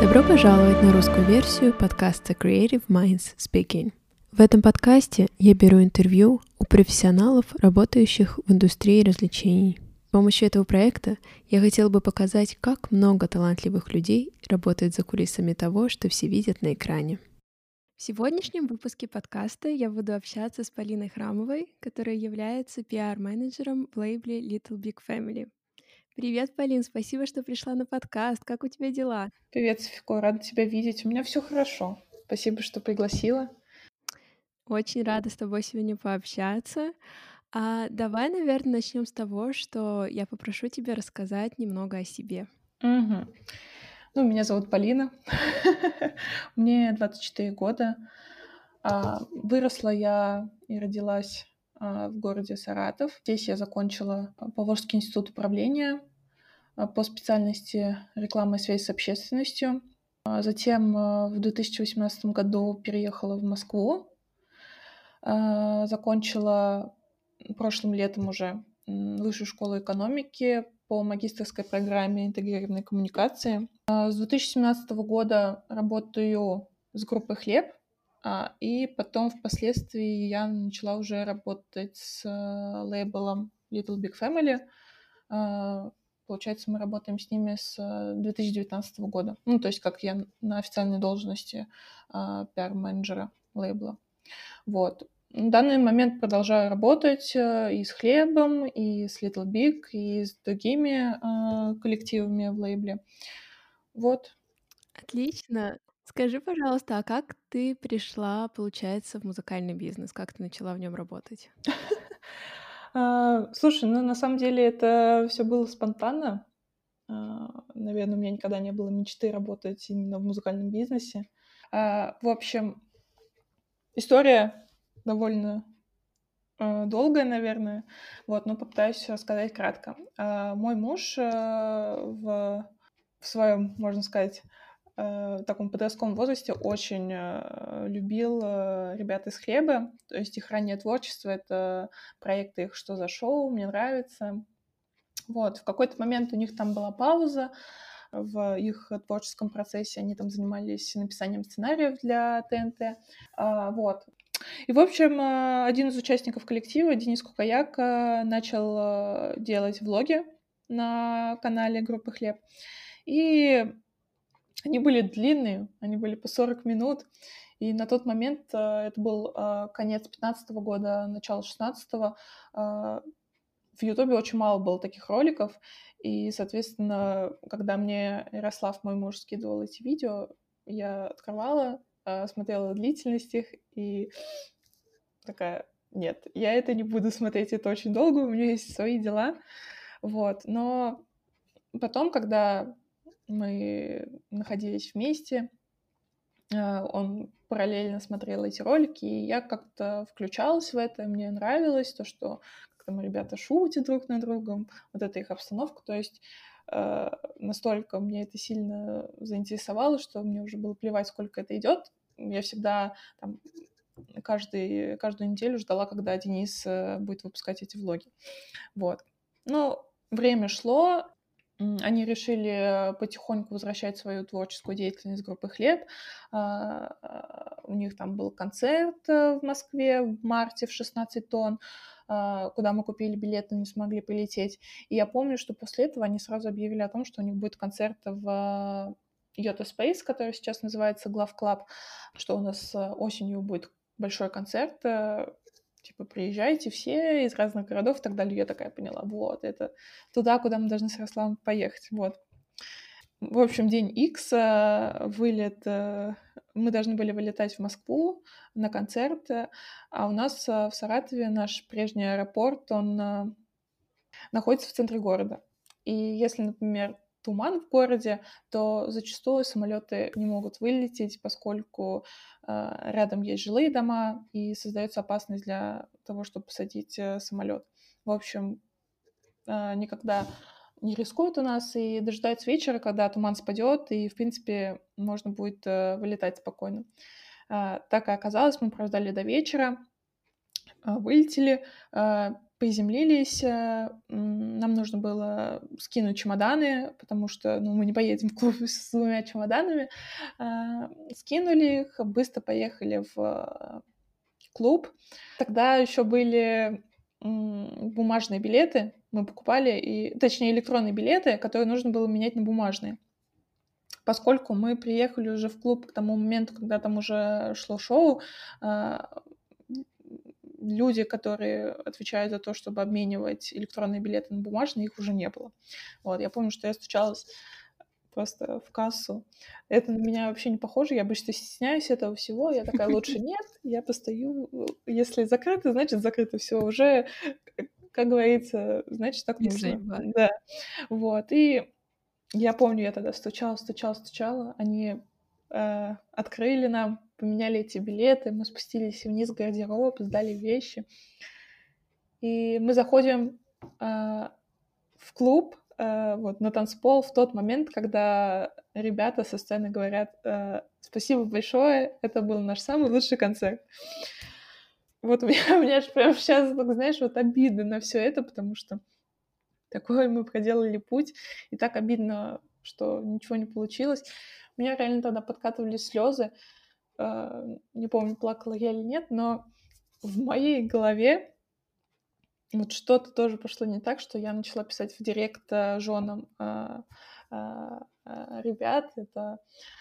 Добро пожаловать на русскую версию подкаста Creative Minds Speaking. В этом подкасте я беру интервью у профессионалов, работающих в индустрии развлечений. С помощью этого проекта я хотела бы показать, как много талантливых людей работает за кулисами того, что все видят на экране. В сегодняшнем выпуске подкаста я буду общаться с Полиной Храмовой, которая является PR-менеджером в лейбле Little Big Family. Привет, Полин, спасибо, что пришла на подкаст. Как у тебя дела? Привет, Софико, рада тебя видеть. У меня все хорошо. Спасибо, что пригласила. Очень рада с тобой сегодня пообщаться. Давай, наверное, начнем с того, что я попрошу тебя рассказать немного о себе. Мгм. Меня зовут Полина. Мне 24 года. Выросла я и родилась в городе Саратов. Здесь я закончила Поволжский институт управления по специальности реклама и связь с общественностью. Затем в 2018 году переехала в Москву. Закончила прошлым летом уже Высшую школу экономики по магистерской программе интегрированной коммуникации. С 2017 года работаю с группой «Хлеб», и потом впоследствии я начала уже работать с лейблом Little Big Family. Получается, мы работаем с ними с 2019 года. То есть как я на официальной должности пиар-менеджера лейбла. Вот. На данный момент продолжаю работать и с «Хлебом», и с Little Big, и с другими коллективами в лейбле. Вот. Отлично. Скажи, пожалуйста, а как ты пришла, получается, в музыкальный бизнес? Как ты начала в нем работать? Слушай, на самом деле это все было спонтанно. Наверное, у меня никогда не было мечты работать именно в музыкальном бизнесе. В общем, история довольно долгая, наверное, но попытаюсь рассказать кратко. Мой муж в своем, можно сказать, таком подростковом возрасте очень любил ребят из «Хлеба», то есть их раннее творчество, это проекты их «Что за шоу?», «Мне нравится». В какой-то момент у них там была пауза в их творческом процессе, они там занимались написанием сценариев для ТНТ, И, в общем, один из участников коллектива, Денис Кукаяк, начал делать влоги на канале группы «Хлеб». И они были длинные, они были по 40 минут. И на тот момент, это был конец 2015 года, начало 2016, в Ютубе очень мало было таких роликов. И, соответственно, когда мне Ярослав, мой муж, скидывал эти видео, я открывала, смотрела длительность их и такая: нет, я это не буду смотреть, это очень долго, у меня есть свои дела. Но потом, когда мы находились вместе, он параллельно смотрел эти ролики, и я как-то включалась в это, мне нравилось то, что как там ребята шутят друг над другом, вот эта их обстановка, то есть настолько мне это сильно заинтересовало, что мне уже было плевать, сколько это идет. Я всегда там каждую неделю ждала, когда Денис будет выпускать эти влоги. Время шло, они решили потихоньку возвращать свою творческую деятельность группы «Хлеб». У них там был концерт в Москве в марте в 16 тонн, куда мы купили билеты, но не смогли полететь. И я помню, что после этого они сразу объявили о том, что у них будет концерт в Йота Space, который сейчас называется Glove Club, что у нас осенью будет большой концерт, типа, приезжайте все из разных городов и так далее. Я такая поняла, это туда, куда мы должны с Ярославом поехать, В общем, день X, вылет, мы должны были вылетать в Москву на концерт, а у нас в Саратове наш прежний аэропорт, он находится в центре города. И если, например, туман в городе, то зачастую самолеты не могут вылететь, поскольку рядом есть жилые дома и создается опасность для того, чтобы посадить самолет. В общем, никогда не рискуют у нас и дожидаются вечера, когда туман спадет, и, в принципе, можно будет вылетать спокойно. Так и оказалось, мы прождали до вечера, вылетели. приземлились, нам нужно было скинуть чемоданы, потому что, мы не поедем в клуб с 2 чемоданами. Скинули их, быстро поехали в клуб. Тогда еще были бумажные билеты, мы покупали, точнее, электронные билеты, которые нужно было менять на бумажные. Поскольку мы приехали уже в клуб к тому моменту, когда там уже шло шоу, люди, которые отвечают за то, чтобы обменивать электронные билеты на бумажные, их уже не было. Вот, я помню, что я стучалась просто в кассу. Это на меня вообще не похоже, я обычно стесняюсь этого всего, я такая, лучше нет, я постою, если закрыто, значит закрыто, все уже, как говорится, значит так нужно. Да, вот, и я помню, я тогда стучала, они открыли нам, поменяли эти билеты, мы спустились вниз в гардероб, сдали вещи, и мы заходим в клуб, вот, на танцпол в тот момент, когда ребята со сцены говорят: «Спасибо большое, это был наш самый лучший концерт». Вот у меня аж прям сейчас, знаешь, вот обидно на все это, потому что такой мы проделали путь, и так обидно, что ничего не получилось. У меня реально тогда подкатывали слезы. Не помню, плакала я или нет, но в моей голове вот что-то тоже пошло не так, что я начала писать в директ женам ребят. Это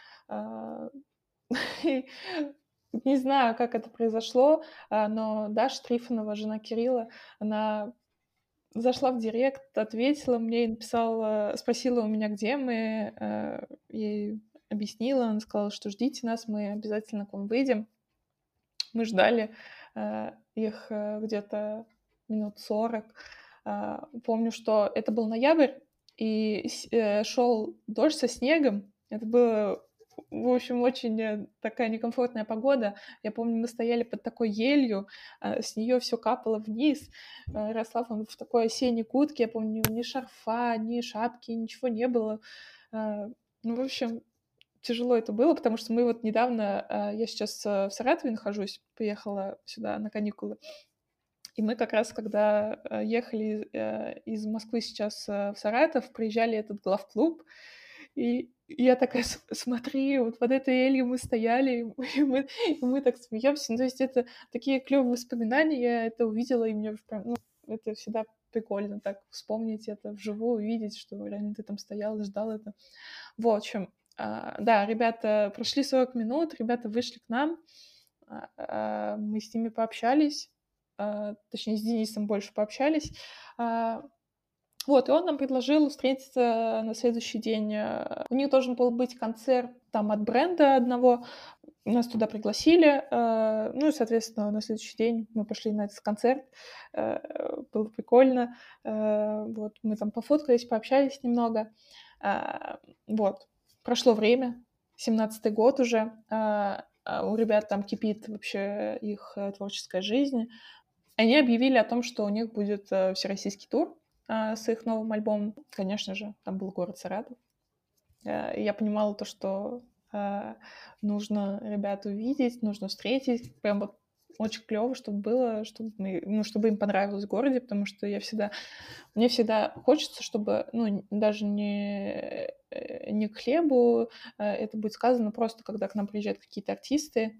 не знаю, как это произошло, но Даша Трифонова, жена Кирилла, она зашла в директ, ответила мне и спросила у меня, где мы. Ей объяснила, она сказала, что ждите нас, мы обязательно к вам выйдем. Мы ждали их где-то минут 40. Помню, что это был ноябрь, и шел дождь со снегом. Это было, в общем, очень такая некомфортная погода. Я помню, мы стояли под такой елью, с нее все капало вниз. Ярослав, он в такой осенней куртке, я помню, ни шарфа, ни шапки, ничего не было. В общем, тяжело это было, потому что мы вот недавно, я сейчас в Саратове нахожусь, приехала сюда на каникулы, и мы как раз, когда ехали из Москвы сейчас в Саратов, приезжали этот главклуб, и я такая, смотри, вот под этой елью мы стояли, и мы так смеемся. Ну, то есть это такие клевые воспоминания, я это увидела, и мне прям, это всегда прикольно так вспомнить это вживую, увидеть, что реально ты там стоял и ждал это. Вот, в общем, да, ребята, прошли 40 минут, ребята вышли к нам, мы с ними пообщались, точнее, с Денисом больше пообщались. Вот, и он нам предложил встретиться на следующий день. У них должен был быть концерт там от бренда одного. Нас туда пригласили. И, соответственно, на следующий день мы пошли на этот концерт. Было прикольно. Вот, мы там пофоткались, пообщались немного. Вот. Прошло время, 17-й год уже. У ребят там кипит вообще их творческая жизнь. Они объявили о том, что у них будет всероссийский тур с их новым альбомом. Конечно же, там был город Саратов. И я понимала то, что нужно ребят увидеть, нужно встретить. Прям вот очень клево, чтобы было, чтобы им понравилось в городе, потому что мне всегда хочется, чтобы, даже не к хлебу, это будет сказано просто, когда к нам приезжают какие-то артисты.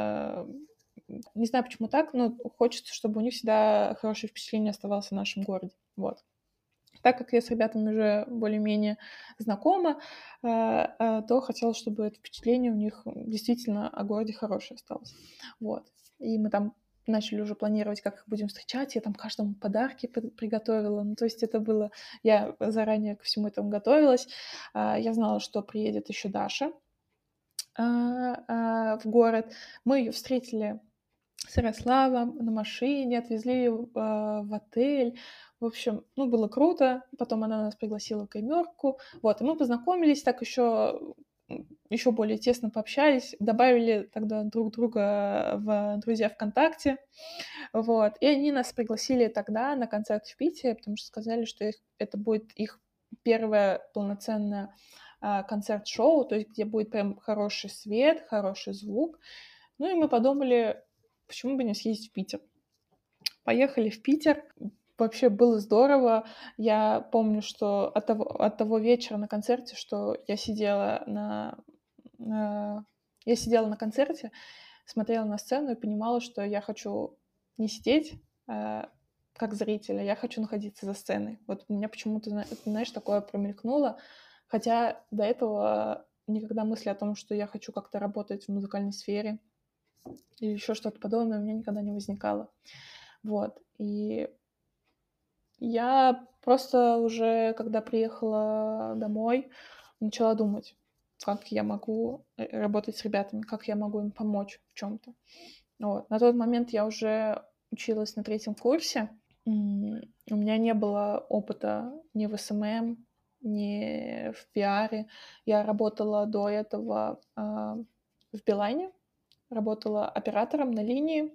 Не знаю, почему так, но хочется, чтобы у них всегда хорошее впечатление оставалось в нашем городе. Вот. Так как я с ребятами уже более-менее знакома, то хотела, чтобы это впечатление у них действительно о городе хорошее осталось. Вот. И мы там начали уже планировать, как их будем встречать. Я там каждому подарки приготовила. То есть это было... Я заранее ко всему этому готовилась. Я знала, что приедет еще Даша в город. Мы ее встретили с Ярославом на машине, отвезли в отель. В общем, было круто. Потом она нас пригласила в гримерку. Вот, и мы познакомились, так еще более тесно пообщались, добавили тогда друг друга в друзья ВКонтакте. Вот, и они нас пригласили тогда на концерт в Питере, потому что сказали, что это будет их первое полноценное концерт-шоу, то есть где будет прям хороший свет, хороший звук. И мы подумали, почему бы не съездить в Питер. Поехали в Питер. вообще было здорово. Я помню, что от того вечера на концерте, что я сидела на концерте, смотрела на сцену и понимала, что я хочу не сидеть, как зритель, а я хочу находиться за сценой. Вот у меня почему-то, знаешь, такое промелькнуло. Хотя до этого никогда мысли о том, что я хочу как-то работать в музыкальной сфере или еще что-то подобное, у меня никогда не возникало. Вот. И я просто уже, когда приехала домой, начала думать, как я могу работать с ребятами, как я могу им помочь в чем-то. Вот. На тот момент я уже училась на 3-м курсе. У меня не было опыта ни в СММ, ни в пиаре. Я работала до этого в Билайне, работала оператором на линии,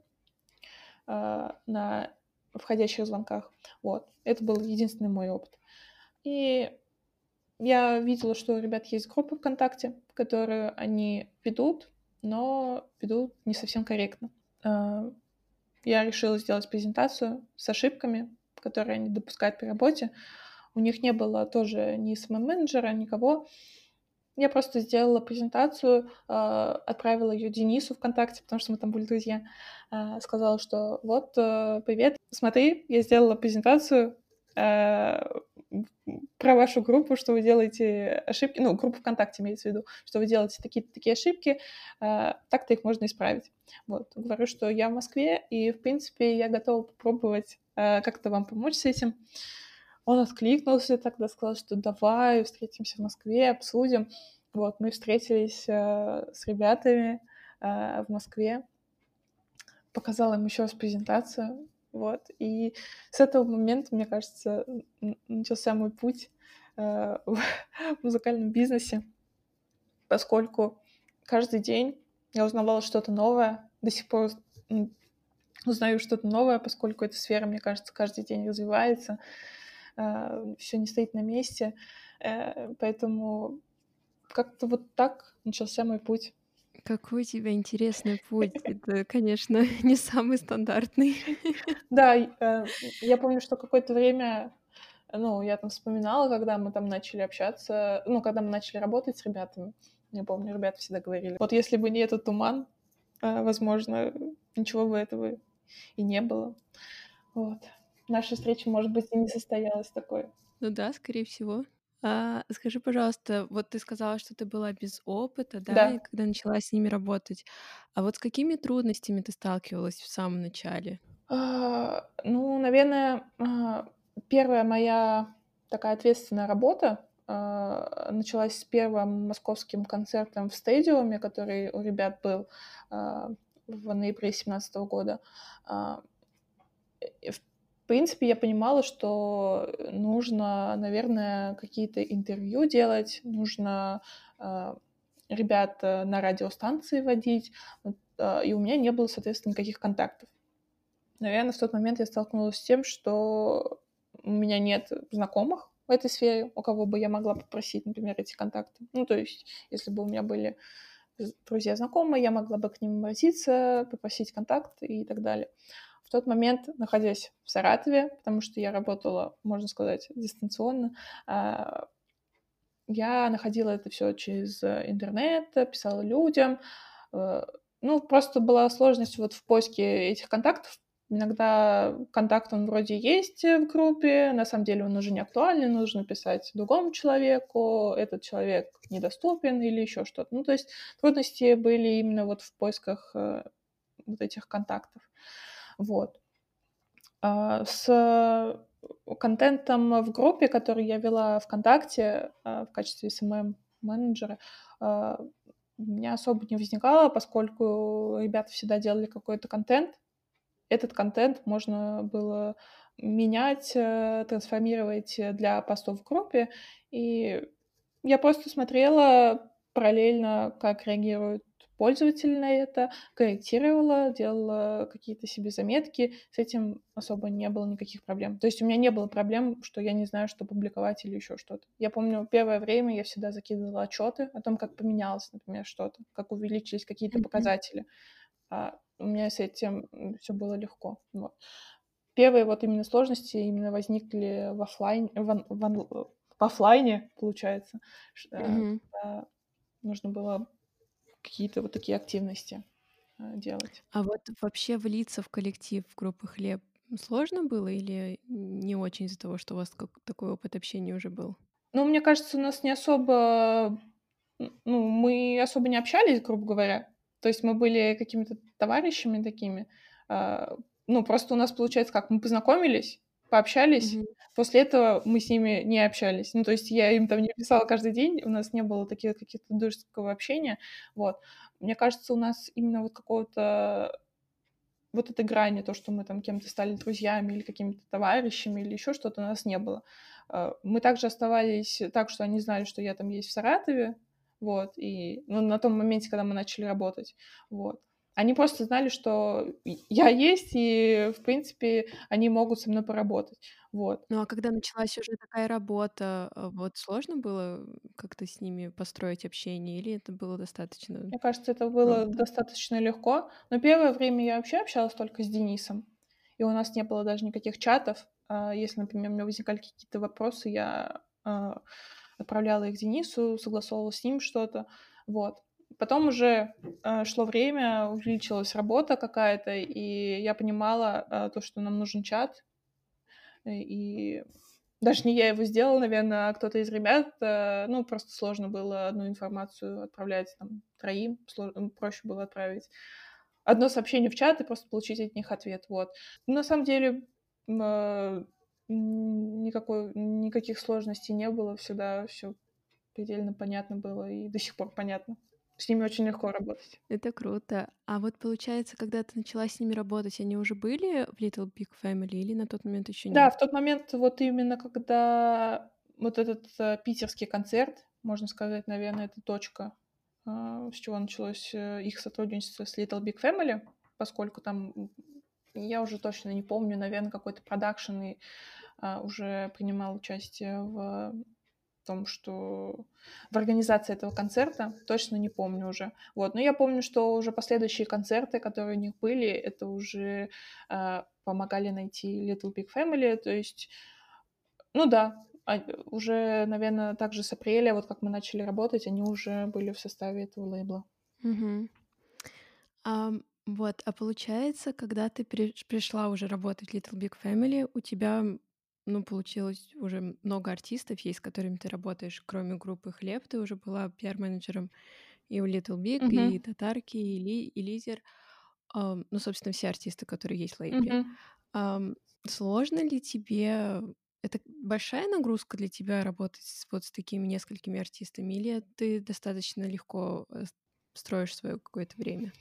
на входящих звонках. Вот. Это был единственный мой опыт. И я видела, что у ребят есть группы ВКонтакте, которые они ведут, но ведут не совсем корректно. Я решила сделать презентацию с ошибками, которые они допускают при работе. У них не было тоже ни СММ-менеджера, никого. Я просто сделала презентацию, отправила ее Денису ВКонтакте, потому что мы там были друзья. Сказала, что вот, привет, смотри, я сделала презентацию про вашу группу, что вы делаете ошибки, ну, группу ВКонтакте имеется в виду, что вы делаете такие ошибки, так-то их можно исправить. Вот, говорю, что я в Москве, и, в принципе, я готова попробовать как-то вам помочь с этим. Он откликнулся тогда, сказал, что давай встретимся в Москве, обсудим. Вот, мы встретились с ребятами в Москве, показала им еще раз презентацию, вот, и с этого момента, мне кажется, начался мой путь в музыкальном бизнесе, поскольку каждый день я узнавала что-то новое, до сих пор узнаю что-то новое, поскольку эта сфера, мне кажется, каждый день развивается, все не стоит на месте, поэтому как-то вот так начался мой путь. Какой у тебя интересный путь. Это, конечно, не самый стандартный. Да, я помню, что какое-то время, ну, я там вспоминала, когда мы там начали общаться, ну, когда мы начали работать с ребятами. Я помню, ребята всегда говорили, вот если бы не этот туман, возможно, ничего бы этого и не было. Вот. Наша встреча, может быть, и не состоялась такой. Ну да, скорее всего. Скажи, пожалуйста, вот ты сказала, что ты была без опыта, да, и Да. когда начала с ними работать. А вот с какими трудностями ты сталкивалась в самом начале? Ну, наверное, первая моя такая ответственная работа началась с первым московским концертом в стадиуме, который у ребят был в ноябре 2017 года. А, в принципе, я понимала, что нужно, наверное, какие-то интервью делать, нужно ребят на радиостанции водить, вот, и у меня не было, соответственно, никаких контактов. Наверное, в тот момент я столкнулась с тем, что у меня нет знакомых в этой сфере, у кого бы я могла попросить, например, эти контакты. Ну, то есть, если бы у меня были друзья знакомые, я могла бы к ним обратиться, попросить контакт и так далее. В тот момент, находясь в Саратове, потому что я работала, можно сказать, дистанционно, я находила это все через интернет, писала людям. Ну, просто была сложность вот в поиске этих контактов. Иногда контакт, он вроде есть в группе, на самом деле он уже не актуальный, нужно писать другому человеку, этот человек недоступен или еще что-то. Ну, то есть трудности были именно вот в поисках вот этих контактов. Вот. С контентом в группе, который я вела ВКонтакте, в качестве SMM-менеджера, у меня особо не возникало, поскольку ребята всегда делали какой-то контент. Этот контент можно было менять, трансформировать для постов в группе. И я просто смотрела параллельно, как реагируют пользователи на это, корректировала, делала какие-то себе заметки. С этим особо не было никаких проблем. То есть у меня не было проблем, что я не знаю, что публиковать или еще что-то. Я помню, первое время я всегда закидывала отчеты о том, как поменялось, например, что-то, как увеличились какие-то Мгм. показатели. У меня с этим все было легко. Вот. Первые вот именно сложности именно возникли в оффлайне, получается, Мгм. когда нужно было какие-то вот такие активности делать. А вот вообще влиться в коллектив в группы «Хлеб» сложно было или не очень из-за того, что у вас такой опыт общения уже был? Ну, мне кажется, у нас не особо, ну, мы особо не общались, грубо говоря. То есть мы были какими-то товарищами такими. А, ну, просто у нас получается как, мы познакомились, пообщались, Мгм. после этого мы с ними не общались. Ну, то есть я им там не писала каждый день, у нас не было таких каких-то дружеского общения. Вот. Мне кажется, у нас именно вот какого-то вот этой грани, то, что мы там кем-то стали друзьями или какими-то товарищами или еще что-то, у нас не было. Мы также оставались так, что они знали, что я там есть в Саратове, вот, и ну, на том моменте, когда мы начали работать, вот. Они просто знали, что я есть, и, в принципе, они могут со мной поработать, вот. Ну, а когда началась уже такая работа, вот сложно было как-то с ними построить общение или это было достаточно Мне кажется, это было просто? достаточно легко. Но первое время я вообще общалась только с Денисом, и у нас не было даже никаких чатов. Если, например, у меня возникали какие-то вопросы, я отправляла их Денису, согласовывала с ним что-то. Вот. Потом уже шло время, увеличилась работа какая-то, и я понимала то, что нам нужен чат. И даже не я его сделала, наверное, а кто-то из ребят. Ну, просто сложно было одну информацию отправлять там троим, проще было отправить одно сообщение в чат и просто получить от них ответ, вот. Но на самом деле никаких сложностей не было, всегда все предельно понятно было и до сих пор понятно. С ними очень легко работать. Это круто. А вот получается, когда ты начала с ними работать, они уже были в Little Big Family или на тот момент еще Да, нет? в тот момент, вот именно когда вот этот, питерский концерт, можно сказать, наверное, это точка, с чего началось, их сотрудничество с Little Big Family, поскольку там, я уже точно не помню, наверное, какой-то продакшн и, уже принимал участие в том, что в организации этого концерта, точно не помню уже. Вот, но я помню, что уже последующие концерты, которые у них были, это уже, помогали найти Little Big Family. То есть, ну да, уже, наверное, также с апреля, вот как мы начали работать, они уже были в составе этого лейбла. Мгм. Вот, а получается, когда ты пришла уже работать в Little Big Family, у тебя, ну, получилось уже много артистов есть, с которыми ты работаешь, кроме группы «Хлеб». Ты уже была пиар-менеджером и у Little Big, и Мгм. Татарки, и Лизер. Ну, собственно, все артисты, которые есть в лейбле. Мгм. Ам, Сложно ли тебе это большая нагрузка для тебя работать вот с такими несколькими артистами, или ты достаточно легко, строишь свое какое-то время?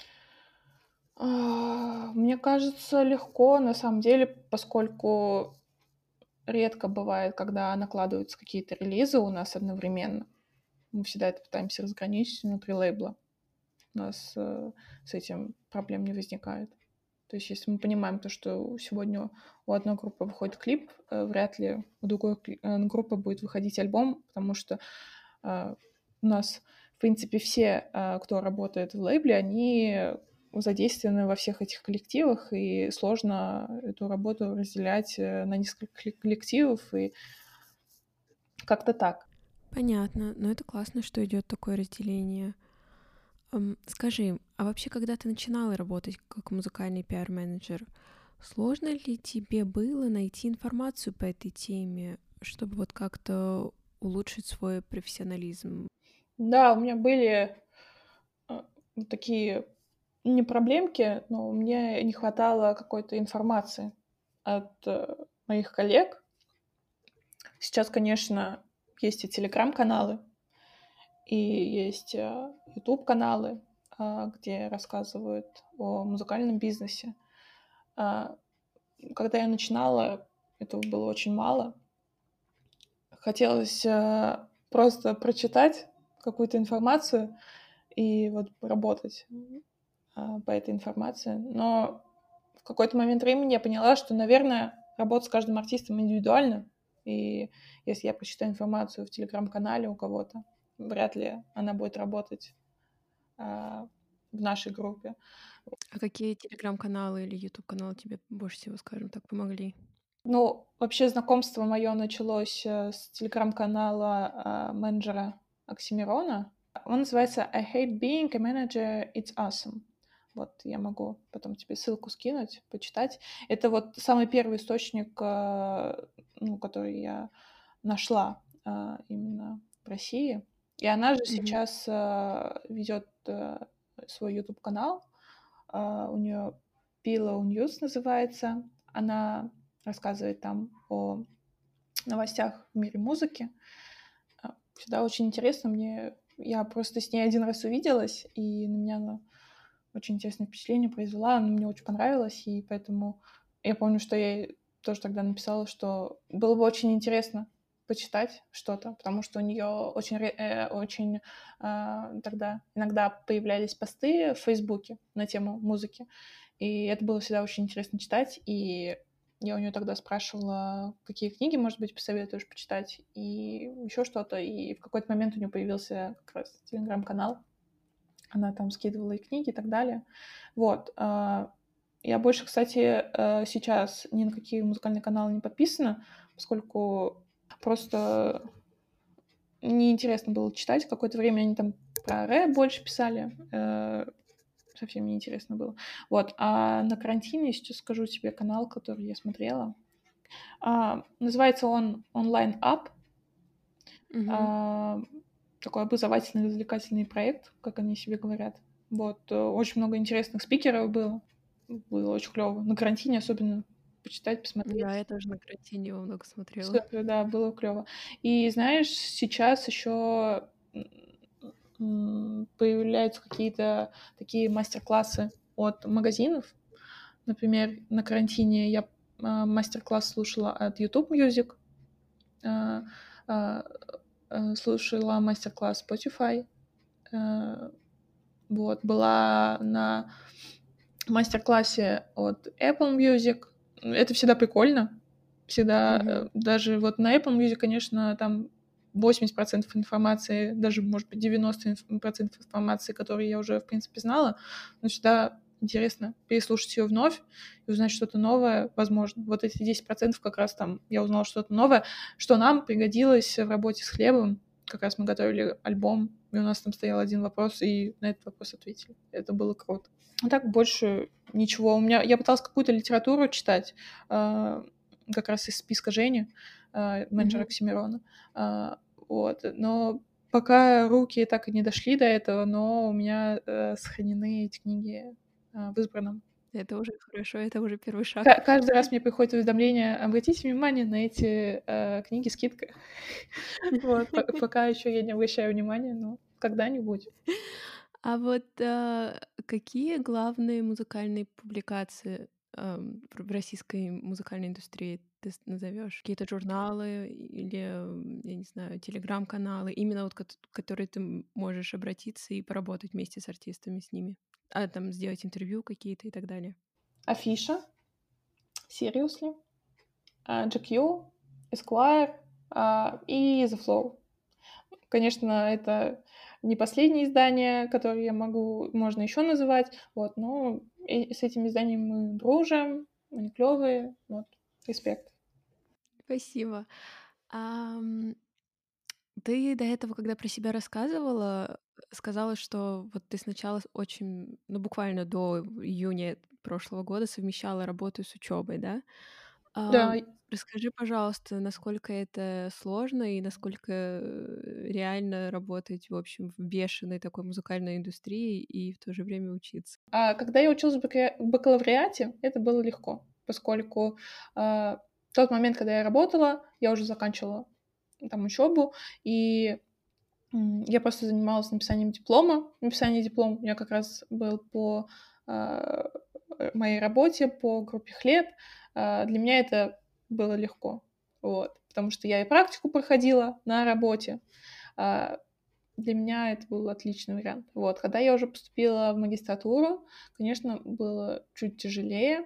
Мне кажется, легко на самом деле, поскольку редко бывает, когда накладываются какие-то релизы у нас одновременно. Мы всегда это пытаемся разграничить внутри лейбла. У нас, с этим проблем не возникает. То есть если мы понимаем то, что сегодня у одной группы выходит клип, вряд ли у другой группы будет выходить альбом, потому что, у нас, в принципе, все, кто работает в лейбле, они задействованы во всех этих коллективах, и сложно эту работу разделять, на несколько коллективов, и как-то так. Понятно, но это классно, что идет такое разделение. Скажи, а вообще, когда ты начинала работать как музыкальный пиар-менеджер, сложно ли тебе было найти информацию по этой теме, чтобы вот как-то улучшить свой профессионализм? Да, у меня были, вот такие не проблемки, но мне не хватало какой-то информации от, моих коллег. Сейчас, конечно, есть и телеграм-каналы, и есть, YouTube-каналы, где рассказывают о музыкальном бизнесе. А, Когда я начинала, этого было очень мало. Хотелось, просто прочитать какую-то информацию и вот работать, по этой информации. Но в какой-то момент времени я поняла, что, наверное, работа с каждым артистом индивидуальна. И если я прочитаю информацию в телеграм-канале у кого-то, вряд ли она будет работать, а, в нашей группе. А какие телеграм-каналы или YouTube-каналы тебе больше всего, скажем так, помогли? Ну, вообще знакомство мое началось с телеграм-канала менеджера Оксимирона. Он называется «I hate being a manager, it's awesome». Вот, я могу потом тебе ссылку скинуть, почитать. Это вот самый первый источник, который я нашла именно в России. И она же Мгм. сейчас ведет свой YouTube-канал. У нее Pillow News называется. Она рассказывает там о новостях в мире музыки. Всегда очень интересно мне. Я просто с ней один раз увиделась, и на меня она очень интересное впечатление произвела. Она мне очень понравилась, и поэтому я помню, что я ей тоже тогда написала, что было бы очень интересно почитать что-то, потому что у нее очень тогда иногда появлялись посты в Фейсбуке на тему музыки, и это было всегда очень интересно читать, и я у нее тогда спрашивала, какие книги, может быть, посоветуешь почитать, и еще что-то, и в какой-то момент у нее появился как раз телеграм-канал, она там скидывала и книги и так далее. Вот. Я больше, кстати, сейчас ни на какие музыкальные каналы не подписана, поскольку просто неинтересно было читать. Какое-то время они там про рэп больше писали. Совсем неинтересно было. Вот. А на карантине, сейчас скажу тебе канал, который я смотрела. Называется он «Онлайн Ап». Мгм. А, Такой образовательный, развлекательный проект, как они себе говорят. Вот, очень много интересных спикеров было. Было очень клево. На карантине особенно почитать, Да, посмотреть. я тоже на карантине его много смотрела. Супер, да, было клево. И знаешь, сейчас еще появляются какие-то такие мастер-классы от магазинов. Например, на карантине я мастер-класс слушала от YouTube Music, а, а, слушала мастер-класс Spotify, вот, была на мастер-классе от Apple Music. Это всегда прикольно. Всегда, Мгм. даже вот на Apple Music, конечно, там 80% информации, даже, может быть, 90% информации, которые я уже, в принципе, знала, но всегда интересно переслушать ее вновь и узнать что-то новое, возможно. Вот эти 10% как раз там я узнала что-то новое, что нам пригодилось в работе с хлебом. Как раз мы готовили альбом, и у нас там стоял один вопрос, и на этот вопрос ответили. Это было круто. А так больше ничего. Я пыталась какую-то литературу читать, как раз из списка Жени, менеджера Мгм. Оксимирона. Вот. Но пока руки так и не дошли до этого, но у меня сохранены эти книги в избранном. Это уже хорошо, это уже первый шаг. Каждый раз мне приходит уведомление: обратите внимание на эти книги, скидка. Вот. Пока еще я не обращаю внимания, но когда-нибудь. А вот, какие главные музыкальные публикации, в российской музыкальной индустрии ты назовешь? Какие-то журналы или, я не знаю, телеграм-каналы, именно вот которые ты можешь обратиться и поработать вместе с артистами, с ними? Там сделать интервью какие-то и так далее. Афиша, Seriously, GQ, Esquire и The Flow. Конечно, это не последнее издание, которое можно еще называть, вот, но с этим изданием мы дружим, они клевые, вот, респект. Спасибо. Ты до этого, когда про себя рассказывала, сказала, что вот ты сначала очень, ну, буквально до июня прошлого года совмещала работу с учебой, да? А, Да, Расскажи, пожалуйста, насколько это сложно и насколько реально работать, в общем, в бешеной такой музыкальной индустрии и в то же время учиться? когда я училась в бакалавриате, это было легко, поскольку в тот момент, когда я работала, я уже заканчивала там учебу, и я просто занималась написанием диплома. Написание диплома у меня как раз был по а, моей работе, по группе «Хлеб». Для меня это было легко, вот, потому что я и практику проходила на работе. А, для меня это был отличный вариант. Вот, когда я уже поступила в магистратуру, конечно, было чуть тяжелее,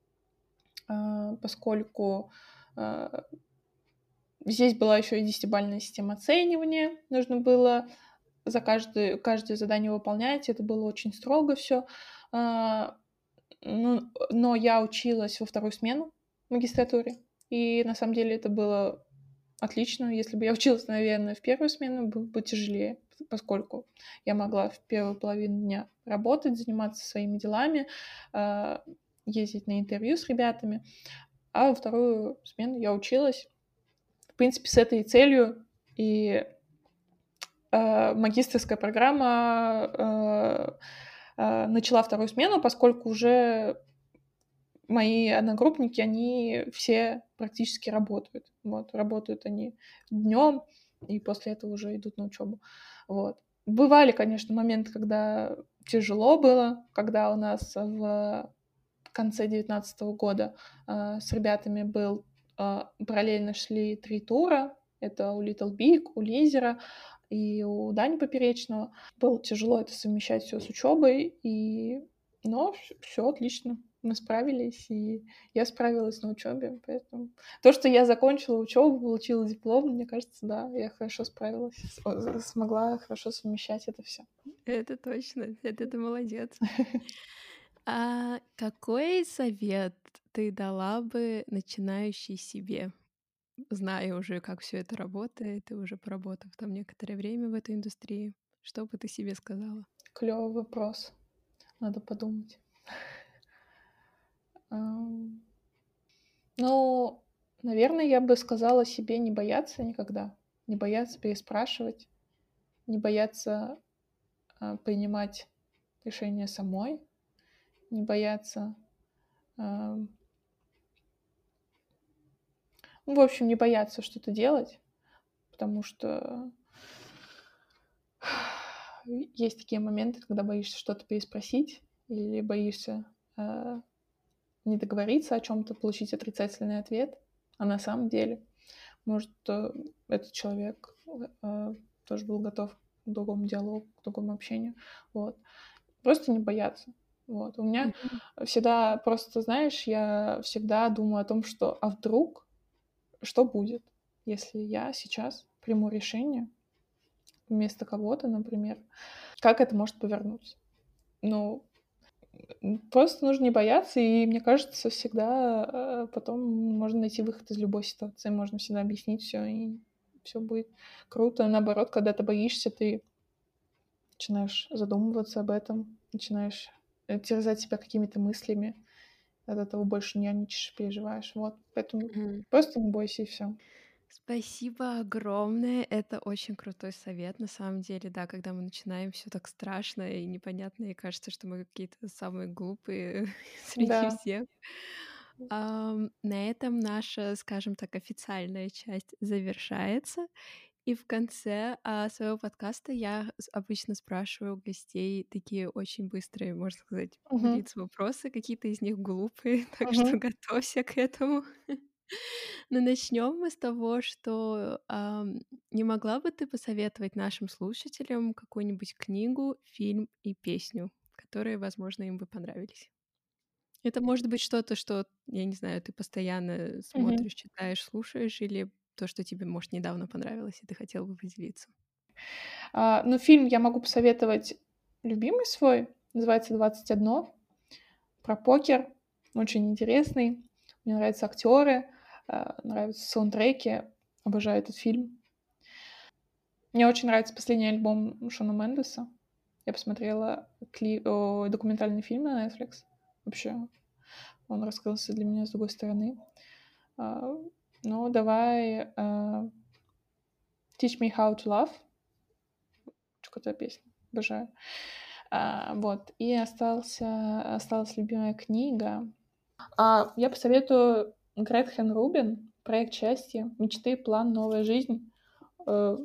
поскольку здесь была еще и десятибалльная система оценивания. Нужно было за каждое задание выполнять. Это было очень строго все. Но я училась во вторую смену в магистратуре, и на самом деле это было отлично. Если бы я училась, наверное, в первую смену, было бы тяжелее, поскольку я могла в первую половину дня работать, заниматься своими делами, ездить на интервью с ребятами, а во вторую смену я училась, в принципе, с этой целью. И магистерская программа начала вторую смену, поскольку уже мои одногруппники, они все практически работают. Вот, работают они днем и после этого уже идут на учебу. Вот. Бывали, конечно, моменты, когда тяжело было, когда у нас в конце 2019 года с ребятами был параллельно шли 3 тура. Это у Little Big, у Лизера и у Дани Поперечного. Было тяжело это совмещать все с учебой, но все отлично. Мы справились, и я справилась на учебе, поэтому то, что я закончила учебу, получила диплом, мне кажется, да, я хорошо справилась, смогла хорошо совмещать это все. Это точно, это ты молодец. А какой совет ты дала бы начинающей себе, зная уже, как все это работает, и уже поработав там некоторое время в этой индустрии? Что бы ты себе сказала? Клевый вопрос, надо подумать. Ам, Ну, наверное, я бы сказала себе не бояться никогда, не бояться переспрашивать, не бояться принимать решения самой, не бояться, ам, в общем, не бояться что-то делать, потому что есть такие моменты, когда боишься что-то переспросить или боишься не договориться о чем-то, получить отрицательный ответ, а на самом деле, может, этот человек тоже был готов к другому диалогу, к другому общению. Вот. Просто не бояться. Вот. У меня Мгм. всегда просто, знаешь, я всегда думаю о том, что а вдруг, что будет, если я сейчас приму решение вместо кого-то, например, как это может повернуться. Ну, просто нужно не бояться, и мне кажется, всегда потом можно найти выход из любой ситуации, можно всегда объяснить все, и все будет круто. Наоборот, когда ты боишься, ты начинаешь задумываться об этом, начинаешь терзать себя какими-то мыслями, от этого больше нервничаешь, переживаешь. Вот, поэтому Мгм. просто не бойся, и все. Спасибо огромное. Это очень крутой совет. На самом деле, да, когда мы начинаем, все так страшно и непонятно, и кажется, что мы какие-то самые глупые среди Да. всех. На этом наша, скажем так, официальная часть завершается. И в конце своего подкаста я обычно спрашиваю у гостей такие очень быстрые, можно сказать, Мгм. блиц-вопросы. Какие-то из них глупые, так что Мгм. готовься к этому. Но начнем мы с того, что не могла бы ты посоветовать нашим слушателям какую-нибудь книгу, фильм и песню, которые, возможно, им бы понравились? Это может быть что-то, что, я не знаю, ты постоянно Мгм. смотришь, читаешь, слушаешь, или то, что тебе, может, недавно понравилось, и ты хотел бы поделиться. Ну, фильм я могу посоветовать любимый свой, называется «21», про покер, очень интересный. Мне нравятся актеры, нравятся саундтреки, обожаю этот фильм. Мне очень нравится последний альбом Шона Мендеса. Я посмотрела документальный фильм на Netflix. Вообще, он раскрылся для меня с другой стороны. А, Ну, давай Teach Me How to Love. Очень крутая песня. Обожаю. Вот. И осталась любимая книга. Я посоветую Гретхен Рубин «Проект счастья. Мечты, план, новая жизнь». Э,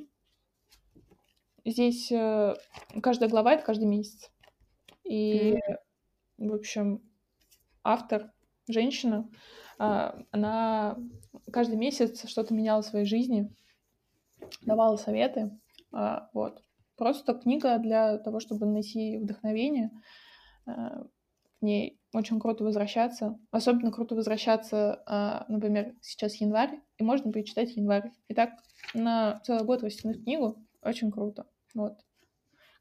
Здесь каждая глава — это каждый месяц. И, М, в общем, автор, женщина, она каждый месяц что-то меняла в своей жизни, давала советы. Вот. Просто книга для того, чтобы найти вдохновение. К ней очень круто возвращаться. Особенно круто возвращаться, например, сейчас январь, и можно перечитать январь. И так на целый год растянуть книгу очень круто. Вот.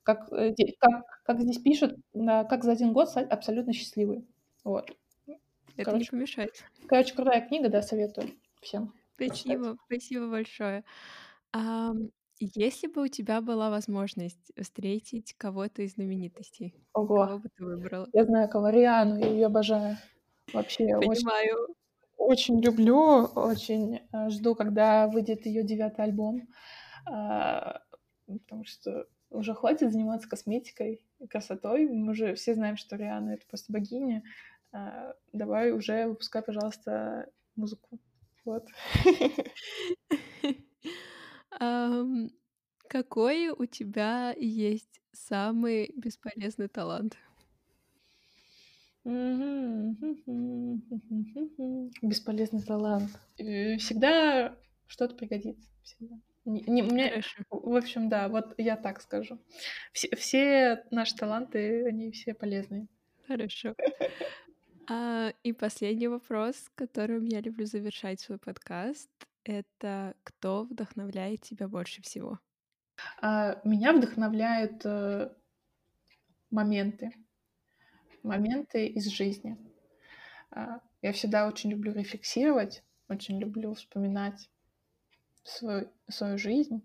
как здесь пишут, как за 1 год стать абсолютно счастливой. Вот. Это не Короче помешает. короче, крутая книга, да, советую всем прочитать. Спасибо большое. Если бы у тебя была возможность встретить кого-то из знаменитостей, Ого, кого бы ты выбрала? я знаю кого, Риану, я её обожаю. Вообще очень Понимаю. очень люблю, очень, жду, когда выйдет её 9-й альбом. А, Потому что уже хватит заниматься косметикой и красотой. Мы уже все знаем, что Риhanna — это просто богиня. Давай уже выпускай, пожалуйста, музыку. Вот. Ам, какой у тебя есть самый бесполезный талант? Бесполезный талант. Всегда что-то пригодится. Всегда. Не мне Хорошо, в общем, да, вот я так скажу. Все наши таланты, они все полезные. хорошо. И последний вопрос, которым я люблю завершать свой подкаст, это кто вдохновляет тебя больше всего? Меня вдохновляют, моменты. Моменты из жизни. Я всегда очень люблю рефлексировать, очень люблю вспоминать свою жизнь.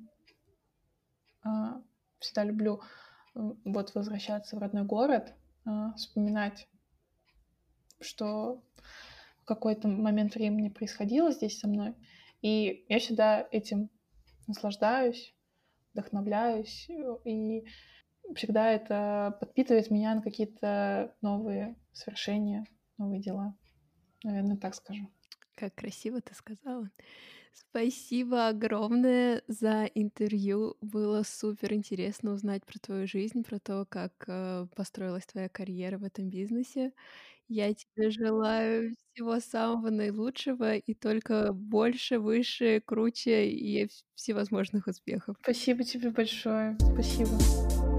Всегда люблю, вот возвращаться в родной город, вспоминать, что в какой-то момент времени происходило здесь со мной. И я всегда этим наслаждаюсь, вдохновляюсь, и всегда это подпитывает меня на какие-то новые свершения, новые дела. Наверное, так скажу. Как красиво ты сказала. Спасибо огромное за интервью. Было супер интересно узнать про твою жизнь, про то, как построилась твоя карьера в этом бизнесе. Я тебе желаю всего самого наилучшего и только больше, выше, круче и всевозможных успехов. Спасибо тебе большое. Спасибо.